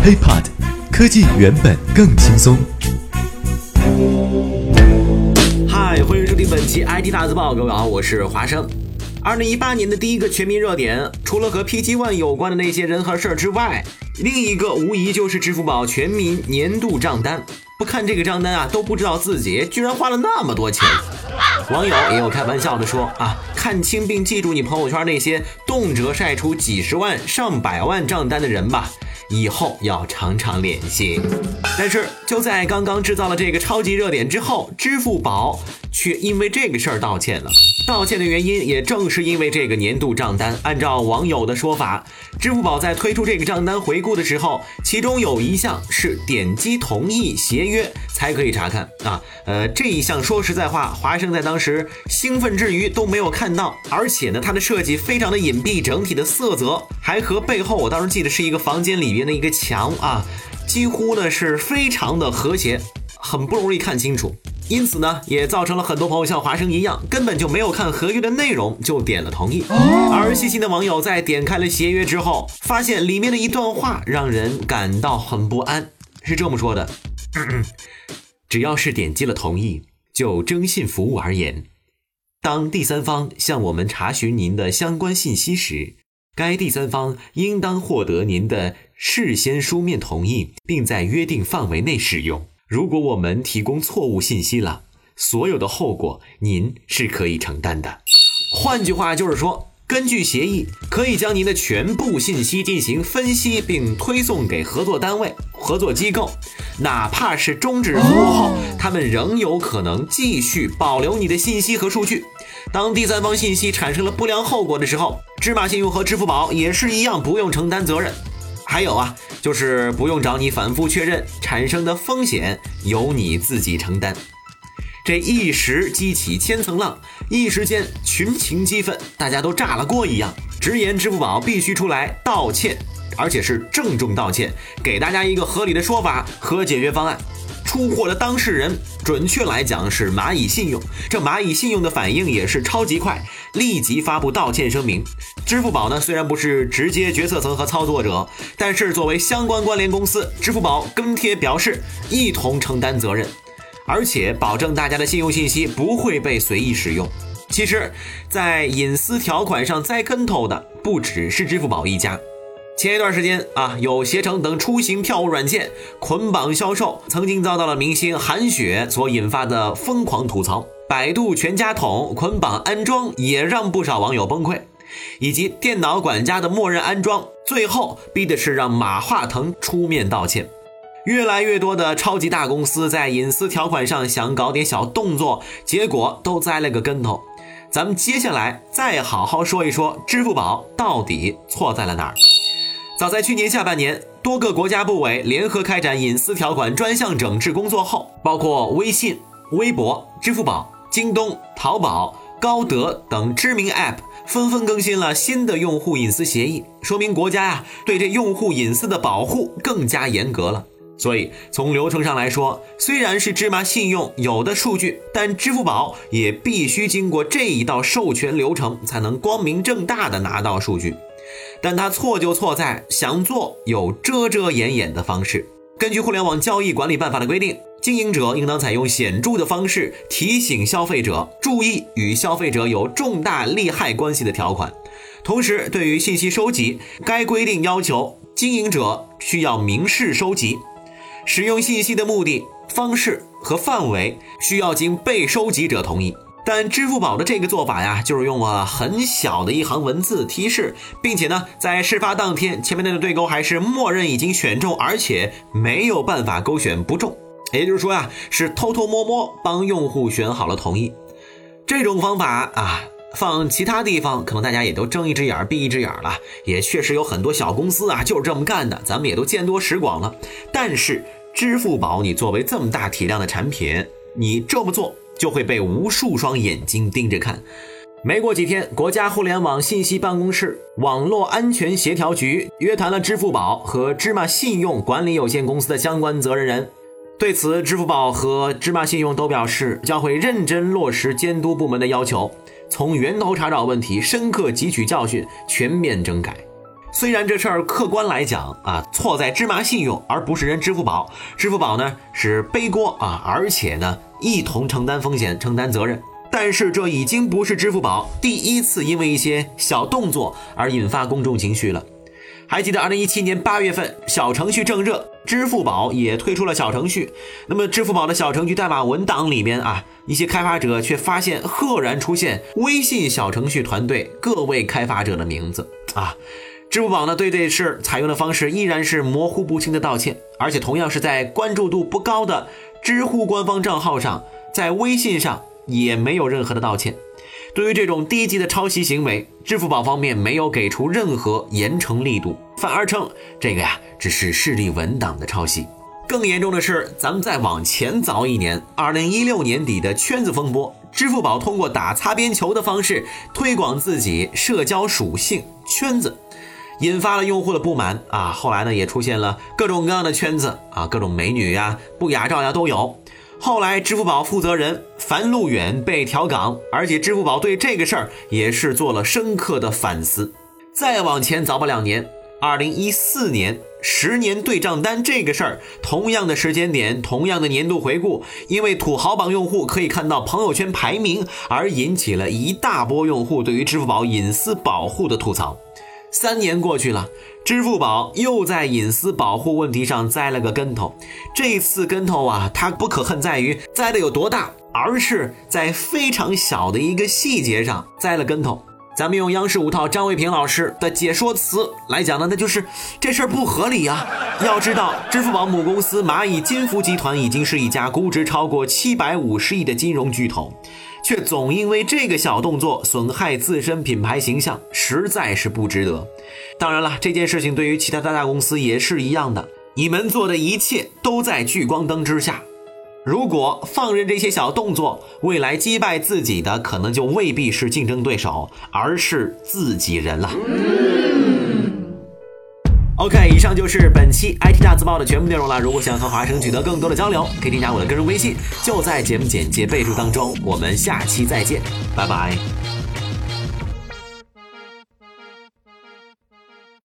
HeyPod， 科技原本更轻松。 嗨，欢迎收听本期 IT 大字报，各位好，我是华生。2018年的第一个全民热点，除了和 PG One 有关的那些人和事儿之外，另一个无疑就是支付宝全民年度账单。不看这个账单啊，都不知道自己居然花了那么多钱。网友也有开玩笑的说啊，看清并记住你朋友圈那些动辄晒出几十万上百万账单的人吧，以后要常常联系。但是就在刚刚制造了这个超级热点之后，支付宝却因为这个事儿道歉了。道歉的原因也正是因为这个年度账单。按照网友的说法，支付宝在推出这个账单回顾的时候，其中有一项是点击同意协约才可以查看啊。这一项说实在话，华生在当时兴奋之余都没有看到，而且呢，它的设计非常的隐蔽，整体的色泽还和背后我当时记得是一个房间里边的一个墙啊，几乎呢是非常的和谐，很不容易看清楚。因此呢，也造成了很多朋友像华生一样，根本就没有看合约的内容就点了同意。而细心的网友在点开了协约之后，发现里面的一段话让人感到很不安，是这么说的：只要是点击了同意，就征信服务而言，当第三方向我们查询您的相关信息时，该第三方应当获得您的事先书面同意，并在约定范围内使用。如果我们提供错误信息了，所有的后果您是可以承担的。换句话就是说，根据协议，可以将您的全部信息进行分析并推送给合作单位、合作机构，哪怕是终止服务后，他们仍有可能继续保留你的信息和数据。当第三方信息产生了不良后果的时候，芝麻信用和支付宝也是一样不用承担责任。还有啊，就是不用找你反复确认，产生的风险由你自己承担。这一时激起千层浪，一时间群情激愤，大家都炸了锅一样，直言支付宝必须出来道歉，而且是郑重道歉，给大家一个合理的说法和解决方案。出货的当事人，准确来讲是蚂蚁信用。这蚂蚁信用的反应也是超级快，立即发布道歉声明。支付宝呢，虽然不是直接决策层和操作者，但是作为相关关联公司，支付宝跟帖表示一同承担责任，而且保证大家的信用信息不会被随意使用。其实在隐私条款上栽跟头的不只是支付宝一家。前一段时间啊，有携程等出行票务软件捆绑销售，曾经遭到了明星韩雪所引发的疯狂吐槽。百度全家桶捆绑安装也让不少网友崩溃，以及电脑管家的默认安装，最后逼的是让马化腾出面道歉。越来越多的超级大公司在隐私条款上想搞点小动作，结果都栽了个跟头。咱们接下来再好好说一说支付宝到底错在了哪儿。早在去年下半年，多个国家部委联合开展隐私条款专项整治工作后，包括微信、微博、支付宝、京东、淘宝、高德等知名 App 纷纷更新了新的用户隐私协议，说明国家对这用户隐私的保护更加严格了。所以从流程上来说，虽然是芝麻信用有的数据，但支付宝也必须经过这一道授权流程，才能光明正大的拿到数据。但它错就错在想做有遮遮掩掩的方式。根据互联网交易管理办法的规定，经营者应当采用显著的方式提醒消费者注意与消费者有重大利害关系的条款。同时，对于信息收集，该规定要求经营者需要明示收集，使用信息的目的、方式和范围需要经被收集者同意。但支付宝的这个做法呀，就是用了很小的一行文字提示，并且呢，在事发当天，前面那个对勾还是默认已经选中，而且没有办法勾选不中。也就是说呀，是偷偷摸摸帮用户选好了同意。这种方法啊，放其他地方可能大家也都睁一只眼闭一只眼了，也确实有很多小公司啊就是这么干的，咱们也都见多识广了。但是支付宝你作为这么大体量的产品，你这么做就会被无数双眼睛盯着看。没过几天，国家互联网信息办公室网络安全协调局约谈了支付宝和芝麻信用管理有限公司的相关责任人。对此，支付宝和芝麻信用都表示将会认真落实监督部门的要求，从源头查找问题，深刻汲取教训，全面整改。 虽然这事儿客观来讲错在芝麻信用，而不是人支付宝。支付宝呢是背锅而且呢一同承担风险、承担责任。但是这已经不是支付宝第一次因为一些小动作而引发公众情绪了。还记得2017年8月份小程序正热，支付宝也推出了小程序。那么支付宝的小程序代码文档里面一些开发者却发现赫然出现微信小程序团队各位开发者的名字支付宝呢对这事采用的方式依然是模糊不清的道歉，而且同样是在关注度不高的知乎官方账号上，在微信上也没有任何的道歉。对于这种低级的抄袭行为，支付宝方面没有给出任何严惩力度，反而称这个只是势力文档的抄袭。更严重的是，咱们再往前早一年，2016年底的圈子风波，支付宝通过打擦边球的方式推广自己社交属性圈子，引发了用户的不满后来呢也出现了各种各样的圈子各种美女不雅照都有。后来支付宝负责人樊路远被调岗，而且支付宝对这个事儿也是做了深刻的反思。再往前早吧2年，2014年10年对账单这个事儿，同样的时间点，同样的年度回顾，因为土豪榜用户可以看到朋友圈排名，而引起了一大波用户对于支付宝隐私保护的吐槽。3年过去了，支付宝又在隐私保护问题上栽了个跟头。这次跟头它不可恨在于栽的有多大，而是在非常小的一个细节上栽了跟头。咱们用央视5套张卫平老师的解说词来讲呢，那就是这事儿不合理要知道，支付宝母公司蚂蚁金服集团已经是一家估值超过750亿的金融巨头，却总因为这个小动作损害自身品牌形象，实在是不值得。当然了，这件事情对于其他大公司也是一样的，你们做的一切都在聚光灯之下。如果放任这些小动作，未来击败自己的可能就未必是竞争对手，而是自己人了。OK， 以上就是本期 IT 大字报的全部内容了。如果想和华生取得更多的交流，可以添加我的个人微信，就在节目简介备注当中。我们下期再见，拜拜。